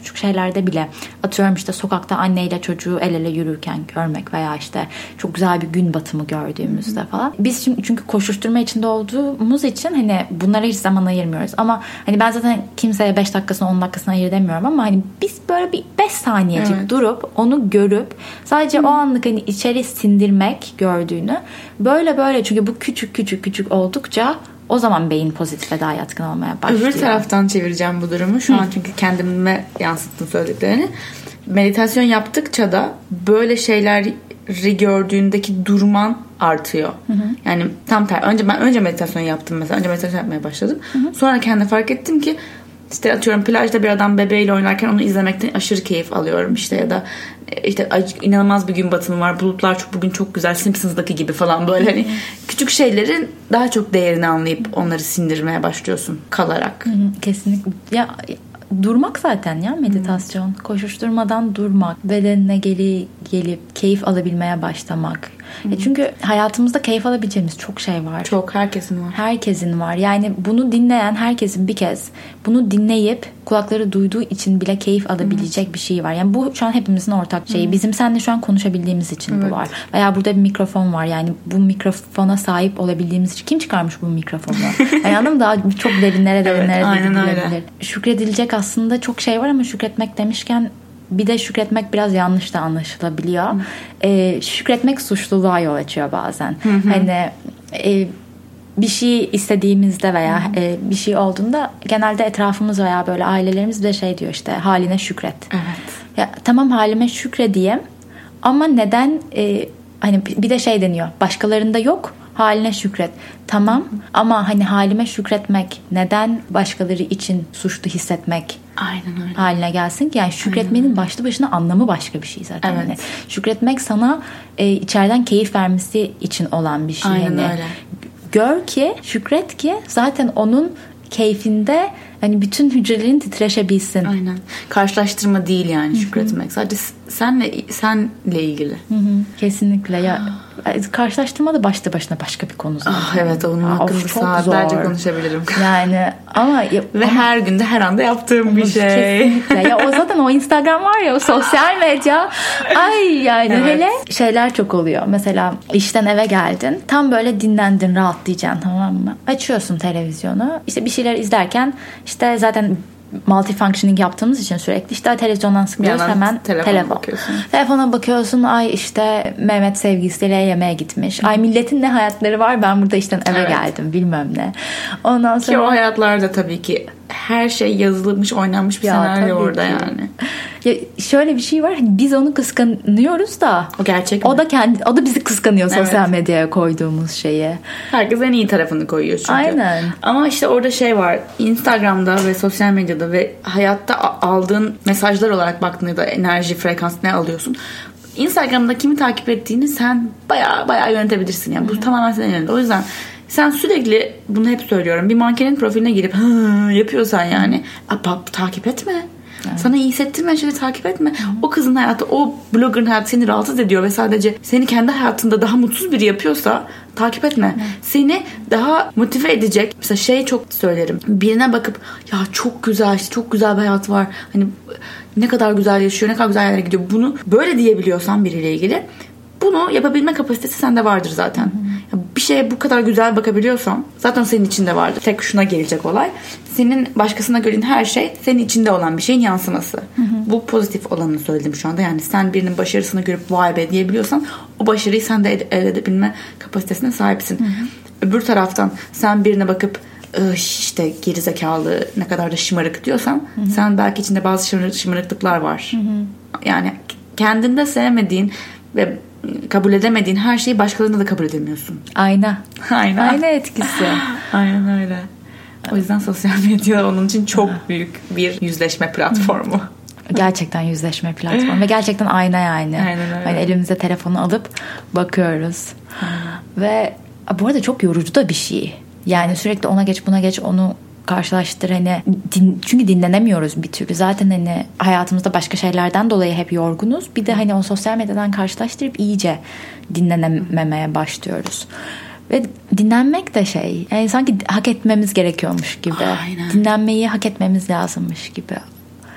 küçük şeylerde bile, atıyorum işte sokakta anneyle çocuğu el ele yürürken görmek veya işte çok güzel bir gün batımı gördüğümüzde falan. Biz şimdi çünkü koşuşturma içinde olduğumuz için hani bunlara hiç zaman ayırmıyoruz. Ama hani ben zaten kimseye beş dakikasını on dakikasını ayır demiyorum ama hani biz böyle bir beş saniyecik evet. durup onu görüp sadece Hı. o anlık hani içeri sindirmek gördüğünü böyle böyle, çünkü bu küçük küçük küçük oldukça o zaman beyin pozitife daha yatkın olmaya başlıyor. Öbür taraftan çevireceğim bu durumu. Şu Hı. an çünkü kendime yansıttım söylediklerini. Meditasyon yaptıkça da böyle şeyleri gördüğündeki durman artıyor. Hı hı. Yani tam tersi. Önce ben önce meditasyon yaptım mesela. Önce meditasyon yapmaya başladım. Hı hı. Sonra kendime fark ettim ki işte atıyorum plajda bir adam bebeğiyle oynarken onu izlemekten aşırı keyif alıyorum işte, ya da işte inanılmaz bir gün batımı var, bulutlar çok bugün çok güzel, Simpsons'daki gibi falan, böyle hani küçük şeylerin daha çok değerini anlayıp onları sindirmeye başlıyorsun kalarak. Hı hı, kesinlikle. Ya durmak zaten ya meditasyon. Hmm. Koşuşturmadan durmak, bedenine geri gelip keyif alabilmeye başlamak. Hmm. E çünkü hayatımızda keyif alabileceğimiz çok şey var. Çok, herkesin var. Herkesin var. Yani bunu dinleyen herkesin bir kez bunu dinleyip kulakları duyduğu için bile keyif alabilecek hmm. bir şey var. Yani bu şu an hepimizin ortak şeyi. Hmm. Bizim seninle şu an konuşabildiğimiz için evet. bu var. Veya burada bir mikrofon var. Yani bu mikrofona sahip olabildiğimiz için. Kim çıkarmış bu mikrofonu? Yani anladın mı? Daha çok derinlere derinlere evet, gidilebilir. Şükredilecek aslında çok şey var ama şükretmek demişken bir de şükretmek biraz yanlış da anlaşılabiliyor. Hmm. Ee, şükretmek suçluluğa yol açıyor bazen. Hı hı. Hani e, bir şey istediğimizde veya hı hı. E, bir şey olduğunda genelde etrafımız veya böyle ailelerimiz de şey diyor işte, haline şükret. Evet. Ya tamam, halime şükredeyim ama neden e, hani bir de şey deniyor, başkalarında yok, haline şükret. Tamam, hı hı. ama hani halime şükretmek neden başkaları için suçlu hissetmek Aynen öyle. haline gelsin ki? Yani şükretmenin başlı başına anlamı başka bir şey zaten. Evet. Yani şükretmek sana e, içeriden keyif vermesi için olan bir şey. Aynen yani öyle. Gör ki, şükret ki zaten onun keyfinde hani bütün hücrelerin titreşebilsin. Aynen. Karşılaştırma değil yani Hı-hı. şükretmek. Sadece senle senle ilgili. Hı-hı. Kesinlikle ya. Karşılaştırma da başta başına başka bir konu zaten. Ah, evet, onun hakkında saatlerce konuşabilirim. Yani ama ve ama, her günde her anda yaptığım bir şey. Kesinlikle. Ya o zaten o Instagram var ya, o sosyal medya. Ay yani evet. hele şeyler çok oluyor. Mesela işten eve geldin. Tam böyle dinlendin, rahatlayacaksın, tamam mı? Açıyorsun televizyonu. İşte bir şeyler izlerken işte zaten multifunctioning yaptığımız için sürekli işte televizyondan sıkılıyoruz, hemen telefona telefon. bakıyorsun. Telefona bakıyorsun. Ay işte Mehmet sevgilisiyle yemeğe gitmiş. Ay milletin ne hayatları var, ben burada işten eve evet. geldim bilmem ne. Ondan sonra ki o hayatlarda tabii ki her şey yazılmış, oynanmış bir ya, senaryo orada ki. Yani. Ya şöyle bir şey var. Biz onu kıskanıyoruz da. O gerçek mi? O da kendi, o da bizi kıskanıyor evet. sosyal medyaya koyduğumuz şeyi. Herkes en iyi tarafını koyuyor çünkü. Aynen. Ama işte orada şey var. Instagram'da ve sosyal medyada ve hayatta aldığın mesajlar olarak baktığında enerji, frekans ne alıyorsun? Instagram'da kimi takip ettiğini sen bayağı bayağı yönetebilirsin. Yani bu Hı-hı. tamamen senin elinde. O yüzden sen sürekli, bunu hep söylüyorum, bir mankenin profiline girip yapıyorsan yani a, takip etme. Evet. Sana iyi hissettirmeyen şeyleri takip etme. Hı-hı. O kızın hayatı, o bloggerın hayatı seni rahatsız ediyor ve sadece seni kendi hayatında daha mutsuz biri yapıyorsa takip etme. Hı-hı. Seni daha motive edecek. Mesela şey çok söylerim. Birine bakıp ya çok güzel, işte çok güzel bir hayat var. Hani ne kadar güzel yaşıyor, ne kadar güzel yerlere gidiyor. Bunu böyle diyebiliyorsan biriyle ilgili, bunu yapabilme kapasitesi sende vardır zaten. Hı-hı. Bir şeye bu kadar güzel bakabiliyorsan zaten senin içinde vardır. Tek şuna gelecek olay. Senin başkasına gördüğün her şey senin içinde olan bir şeyin yansıması. Hı hı. Bu pozitif olanını söyledim şu anda. Yani sen birinin başarısını görüp vay be diyebiliyorsan o başarıyı sen de elde edebilme kapasitesine sahipsin. Hı hı. Öbür taraftan sen birine bakıp işte gerizekalı, ne kadar da şımarık diyorsan hı hı. sen belki içinde bazı şımarık, şımarıklıklar var. Hı hı. Yani kendinde sevmediğin ve kabul edemediğin her şeyi başkalarında da kabul edemiyorsun. Ayna. Ayna. Ayna etkisi. Aynen öyle. O yüzden sosyal medya onun için çok büyük bir yüzleşme platformu. Gerçekten yüzleşme platformu ve gerçekten ayna yani. Aynen öyle. Yani elimize telefonu alıp bakıyoruz. Aynen. Ve bu arada çok yorucu da bir şey. Yani sürekli ona geç, buna geç, onu karşılaştır hani din, çünkü dinlenemiyoruz bir türlü. Zaten hani hayatımızda başka şeylerden dolayı hep yorgunuz. Bir de hani o sosyal medyadan karşılaştırıp iyice dinlenememeye başlıyoruz. Ve dinlenmek de şey, yani sanki hak etmemiz gerekiyormuş gibi. Aynen. Dinlenmeyi hak etmemiz lazımmış gibi.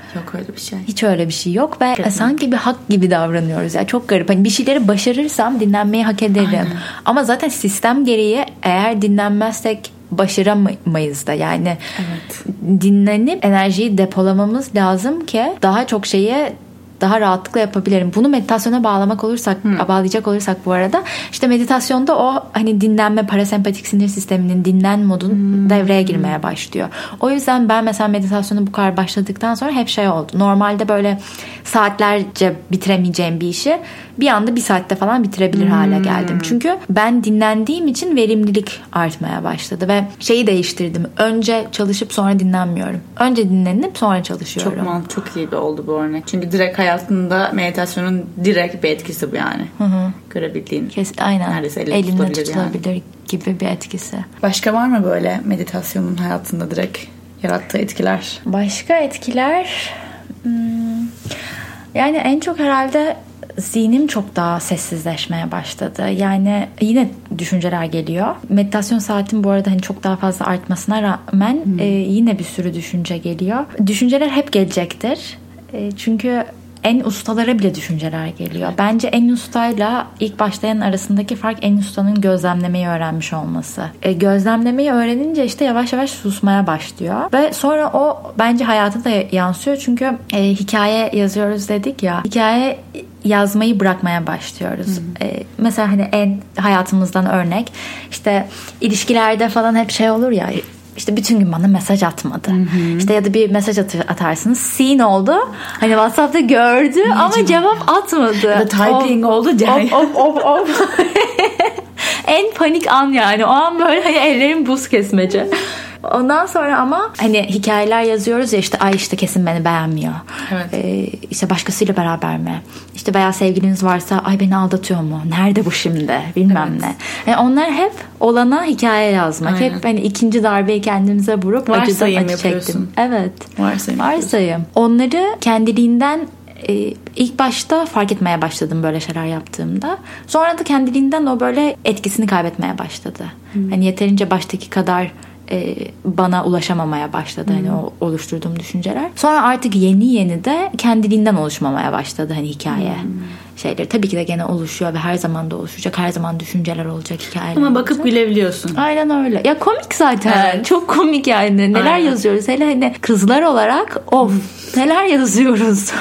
Yok öyle bir şey. Hiç öyle bir şey yok ve Kesinlikle. sanki bir hak gibi davranıyoruz. Yani çok garip. Hani bir şeyleri başarırsam dinlenmeyi hak ederim. Aynen. Ama zaten sistem gereği eğer dinlenmezsek başaramayız da. Yani evet. dinlenip enerjiyi depolamamız lazım ki daha çok şeye daha rahatlıkla yapabilirim. Bunu meditasyona bağlamak olursak, hmm. bağlayacak olursak bu arada işte meditasyonda o hani dinlenme, parasempatik sinir sisteminin dinlen modun hmm. devreye girmeye başlıyor. O yüzden ben mesela meditasyonu bu kadar başladıktan sonra hep şey oldu. Normalde böyle saatlerce bitiremeyeceğim bir işi bir anda bir saatte falan bitirebilir hmm. hale geldim. Çünkü ben dinlendiğim için verimlilik artmaya başladı ve şeyi değiştirdim. Önce çalışıp sonra dinlenmiyorum. Önce dinlenip sonra çalışıyorum. Çok mantıklı, çok iyi de oldu bu örnek. Çünkü direkt hayatında meditasyonun direkt bir etkisi bu yani. Hı hı. Görebildiğin. Kes, aynen. Neredeyse elle elinde tutulabilir, tutulabilir yani. Gibi bir etkisi. Başka var mı böyle meditasyonun hayatında direkt yarattığı etkiler? Başka etkiler hmm, yani en çok herhalde zihnim çok daha sessizleşmeye başladı. Yani yine düşünceler geliyor. Meditasyon saatim bu arada hani çok daha fazla artmasına rağmen hmm. e, yine bir sürü düşünce geliyor. Düşünceler hep gelecektir. E, çünkü en ustalara bile düşünceler geliyor. Bence en ustayla ilk başlayan arasındaki fark en ustanın gözlemlemeyi öğrenmiş olması. E, gözlemlemeyi öğrenince işte yavaş yavaş susmaya başlıyor. Ve sonra o bence hayata da yansıyor. Çünkü e, hikaye yazıyoruz dedik ya. Hikaye yazmayı bırakmaya başlıyoruz. Ee, mesela hani en hayatımızdan örnek işte ilişkilerde falan hep şey olur ya işte bütün gün bana mesaj atmadı. Hı hı. İşte ya da bir mesaj atarsınız. Seen oldu. Hani WhatsApp'ta gördü ne ama cevap atmadı. Ya da typing of, oldu. Of of of of. En panik an yani. O an böyle hani ellerim buz kesmece. Ondan sonra ama hani hikayeler yazıyoruz ya işte ay işte kesin beni beğenmiyor. Evet. Ee, işte başkasıyla beraber mi? İşte veya sevgiliniz varsa ay beni aldatıyor mu? Nerede bu şimdi? Bilmem evet. ne. Yani onlar hep olana hikaye yazmak. Aynen. Hep hani ikinci darbeyi kendimize vurup acıdan acı çektim. Evet. Varsayım. Varsayım. Onları kendiliğinden Ee, ilk başta fark etmeye başladım böyle şeyler yaptığımda. Sonra da kendiliğinden o böyle etkisini kaybetmeye başladı. Hmm. Hani yeterince baştaki kadar e, bana ulaşamamaya başladı. Hmm. Hani o oluşturduğum düşünceler. Sonra artık yeni yeni de kendiliğinden oluşmamaya başladı hani hikaye hmm. şeyleri. Tabii ki de gene oluşuyor ve her zaman da oluşacak. Her zaman düşünceler olacak, hikayeler ama bakıp olacak. Gülebiliyorsun. Aynen öyle. Ya komik zaten. Evet. Çok komik yani. Neler Aynen. yazıyoruz. Hele hani kızlar olarak of neler yazıyoruz.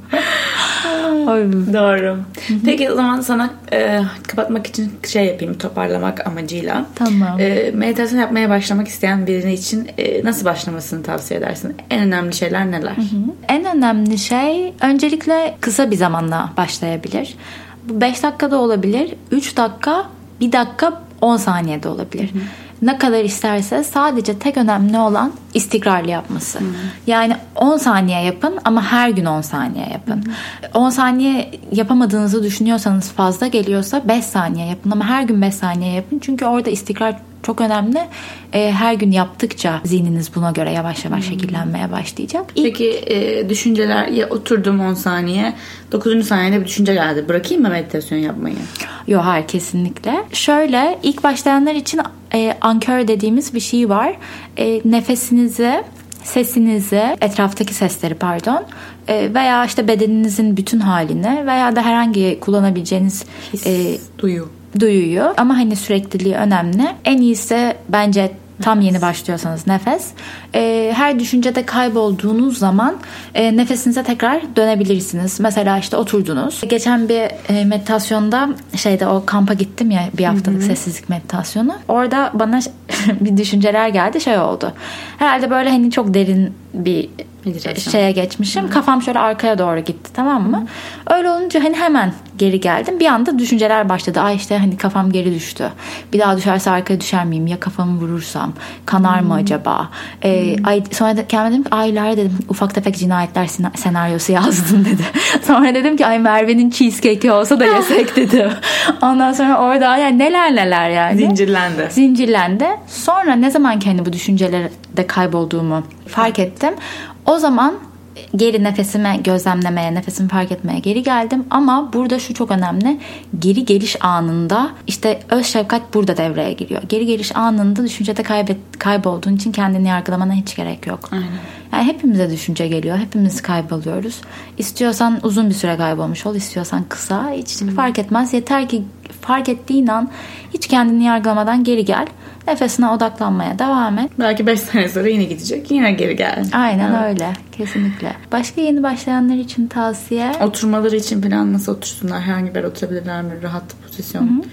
Doğru. Peki o zaman sana e, kapatmak için şey yapayım, toparlamak amacıyla. Tamam. E, meditasyon yapmaya başlamak isteyen birini için e, nasıl başlamasını tavsiye edersin? En önemli şeyler neler? Hı hı. En önemli şey öncelikle kısa bir zamanla başlayabilir. Bu beş dakikada olabilir, üç dakika, bir dakika, on saniyede olabilir. Hı hı. Ne kadar isterse sadece tek önemli olan istikrarlı yapması. Hı-hı. Yani on saniye yapın ama her gün on saniye yapın. Hı-hı. on saniye yapamadığınızı düşünüyorsanız fazla geliyorsa beş saniye yapın ama her gün beş saniye yapın. Çünkü orada istikrar çok önemli. Ee, her gün yaptıkça zihniniz buna göre yavaş yavaş hmm. şekillenmeye başlayacak. İlk... Peki e, düşünceler ya oturdum on saniye, dokuzuncu saniyede bir düşünce geldi. Bırakayım mı meditasyon yapmayı? Yok hayır kesinlikle. Şöyle ilk başlayanlar için e, ankör dediğimiz bir şey var. E, nefesinizi, sesinizi, etraftaki sesleri pardon e, veya işte bedeninizin bütün halini veya da herhangi kullanabileceğiniz his, e, duyu. duyuyu ama hani sürekliliği önemli. En iyisi bence tam yeni başlıyorsanız nefes. E, her düşüncede kaybolduğunuz zaman e, nefesinize tekrar dönebilirsiniz. Mesela işte oturdunuz. Geçen bir e, meditasyonda şeyde o kampa gittim ya bir haftalık Hı-hı. sessizlik meditasyonu. Orada bana bir düşünceler geldi şey oldu. Herhalde böyle hani çok derin bir meditasyon. Şeye geçmişim. Hı. Kafam şöyle arkaya doğru gitti tamam mı? Hı. Öyle olunca hani hemen geri geldim. Bir anda düşünceler başladı. Ay işte hani kafam geri düştü. Bir daha düşerse arkaya düşer miyim? Ya kafamı vurursam? Kanar Hı. mı acaba? Ee, ay, sonra da kendime dedim ki aylar dedim ufak tefek cinayetler senaryosu yazdım dedi. Sonra dedim ki ay Merve'nin cheesecake'i olsa da yesek dedim. Ondan sonra orada yani neler neler yani. Zincirlendi. Zincirlendi. Sonra ne zaman kendi bu düşüncelerde kaybolduğumu fark ettim. O zaman geri nefesime gözlemlemeye, nefesimi fark etmeye geri geldim. Ama burada şu çok önemli. Geri geliş anında işte öz şefkat burada devreye giriyor. Geri geliş anında düşüncede kaybet, kaybolduğun için kendini yargılamana hiç gerek yok. Aynen. Yani hepimize düşünce geliyor. Hepimiz kayboluyoruz. İstiyorsan uzun bir süre kaybolmuş ol. İstiyorsan kısa. Hiç hmm. fark etmez. Yeter ki fark ettiğin an hiç kendini yargılamadan geri gel. Nefesine odaklanmaya devam et. Belki beş sene sonra yine gidecek. Yine geri gel. Aynen evet. Öyle. Kesinlikle. Başka yeni başlayanlar için tavsiye? Oturmaları için plan nasıl otursunlar? Herhangi bir yer oturabilirler mi? Rahat pozisyon.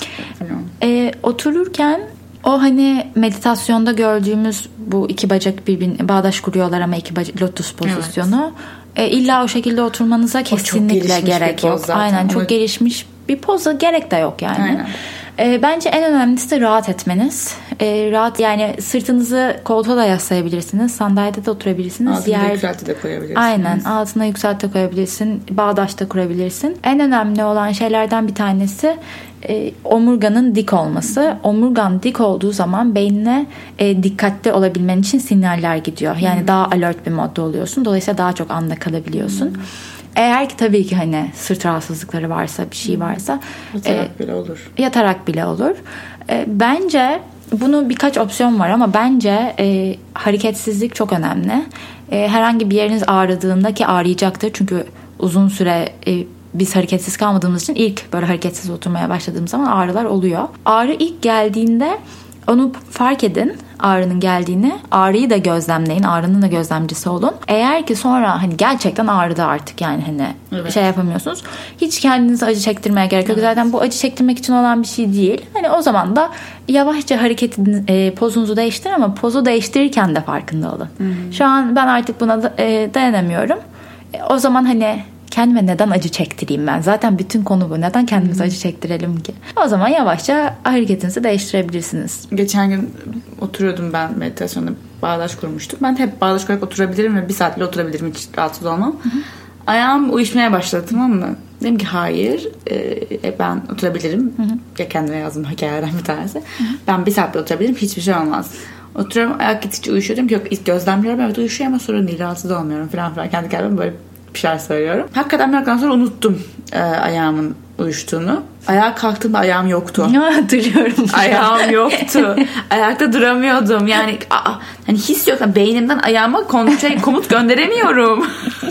Ee, otururken o hani meditasyonda gördüğümüz bu iki bacak birbirine bağdaş kuruyorlar ama iki bacak lotus pozisyonu. Evet. E, illa o şekilde oturmanıza kesinlikle gerek yok. Zaten. Aynen çok Onu... gelişmiş bir poza gerek de yok yani. Aynen. E, bence en önemlisi de rahat etmeniz. E, rahat yani sırtınızı koltuğa da yaslayabilirsiniz. Sandalyede de oturabilirsiniz. Altına Yer... yükselti de koyabilirsiniz. Aynen. Altına yükselti de koyabilirsin. Bağdaş da kurabilirsin. En önemli olan şeylerden bir tanesi e, omurganın dik olması. Omurgan dik olduğu zaman beynine e, dikkatli olabilmen için sinyaller gidiyor. Yani hmm. daha alert bir modda oluyorsun. Dolayısıyla daha çok anda kalabiliyorsun. Hmm. Eğer ki tabii ki hani sırt rahatsızlıkları varsa, bir şey varsa yatarak e, bile olur. Yatarak bile olur. E, bence bunun birkaç opsiyon var ama bence e, hareketsizlik çok önemli. E, herhangi bir yeriniz ağrıdığında ki ağrıyacaktır çünkü uzun süre e, biz hareketsiz kalmadığımız için ilk böyle hareketsiz oturmaya başladığımız zaman ağrılar oluyor. Ağrı ilk geldiğinde onu fark edin, ağrının geldiğini. Ağrıyı da gözlemleyin. Ağrının da gözlemcisi olun. Eğer ki sonra hani gerçekten ağrıdı artık yani hani evet. şey yapamıyorsunuz. Hiç kendinize acı çektirmeye gerek yok. Evet. Zaten bu acı çektirmek için olan bir şey değil. Hani o zaman da yavaşça hareket edin, e, pozunuzu değiştirin ama pozu değiştirirken de farkında olun. Hı-hı. Şu an ben artık buna da, e, dayanamıyorum. E, o zaman hani kendime neden acı çektireyim ben? Zaten bütün konu bu. Neden kendimize acı çektirelim ki? O zaman yavaşça hareketinizi değiştirebilirsiniz. Geçen gün oturuyordum ben meditasyonda. Bağdaş kurmuştum. Ben hep bağdaş kurarak oturabilirim ve bir saatle oturabilirim. Hiç rahatsız olmam. Hı hı. Ayağım uyuşmaya başladı, tamam mı? Dedim ki hayır e, ben oturabilirim. Hı hı. Ya kendime yazdım hikayelerden bir tanesi. Hı hı. Ben bir saatle oturabilirim. Hiçbir şey olmaz. Oturuyorum, ayak gittikçe uyuşuyordum ki yok ilk gözlemliyorum. Evet uyuşuyor ama sorun değil, rahatsız olmuyorum falan filan. Kendi kendime böyle bir şeyler söylüyorum. Hakikaten bir dakikadan sonra unuttum e, ayağımın uyuştuğunu. Ayağa kalktığımda ayağım yoktu. Hatırlıyorum. Ayağım yoktu. Ayakta duramıyordum. Yani aa, hani his yok. Beynimden ayağıma kon- komut gönderemiyorum.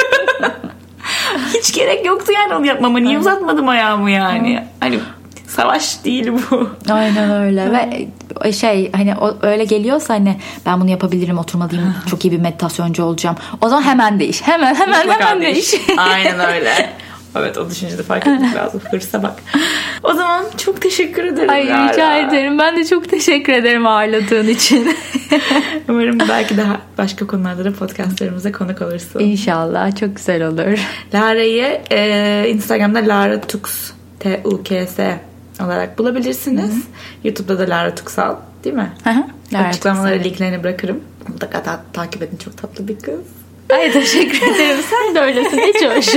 Hiç gerek yoktu yani onu yapmama. Niye uzatmadım ayağımı yani? Hani savaş değil bu. Aynen öyle. Ve şey hani o, öyle geliyorsa hani ben bunu yapabilirim, oturmalıyım, çok iyi bir meditasyoncu olacağım. O zaman hemen değiş. Hemen hemen Mutlaka hemen değiş. değiş. Aynen öyle. Evet o düşüncede fark etmek lazım. Hırsa bak. O zaman çok teşekkür ederim. Ay Lara. Rica ederim. Ben de çok teşekkür ederim ağırladığın için. Umarım belki daha başka konularda da podcastlarımıza konuk olursun. İnşallah. Çok güzel olur. Lara'yı e, Instagram'da Lara Tux T U K S olarak bulabilirsiniz. Hı-hı. YouTube'da da Lara Tuksal değil mi? Hı-hı. Açıklamalara linklerini bırakırım. Mutlaka ta- takip edin. Çok tatlı bir kız. Ay teşekkür ederim. Sen de öylesin. Hiç hoş.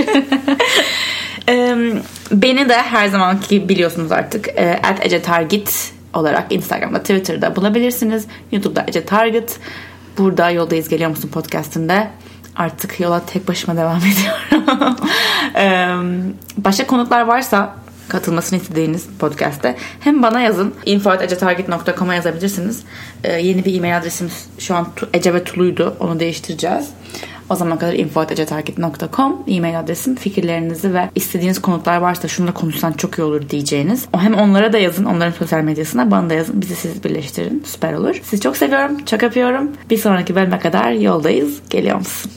Beni de her zamanki gibi biliyorsunuz artık at Ece Target olarak Instagram'da, Twitter'da bulabilirsiniz. YouTube'da Ece Target. Burada Yoldayız Geliyor Musun podcast'inde artık yola tek başıma devam ediyorum. Başka konuklar varsa katılmasını istediğiniz podcast'te hem bana yazın, info at ece target nokta com'a yazabilirsiniz. Ee, yeni bir e-mail adresimiz şu an Ece ve Tulu'ydu. Onu değiştireceğiz. O zamana kadar info at ece target nokta com e-mail adresim. Fikirlerinizi ve istediğiniz konuklar varsa şunu da konuşsan çok iyi olur diyeceğiniz. O hem onlara da yazın. Onların sosyal medyasına bana da yazın. Bizi siz birleştirin. Süper olur. Sizi çok seviyorum. Çok öpüyorum. Bir sonraki bölüme kadar yoldayız. Geliyor musun?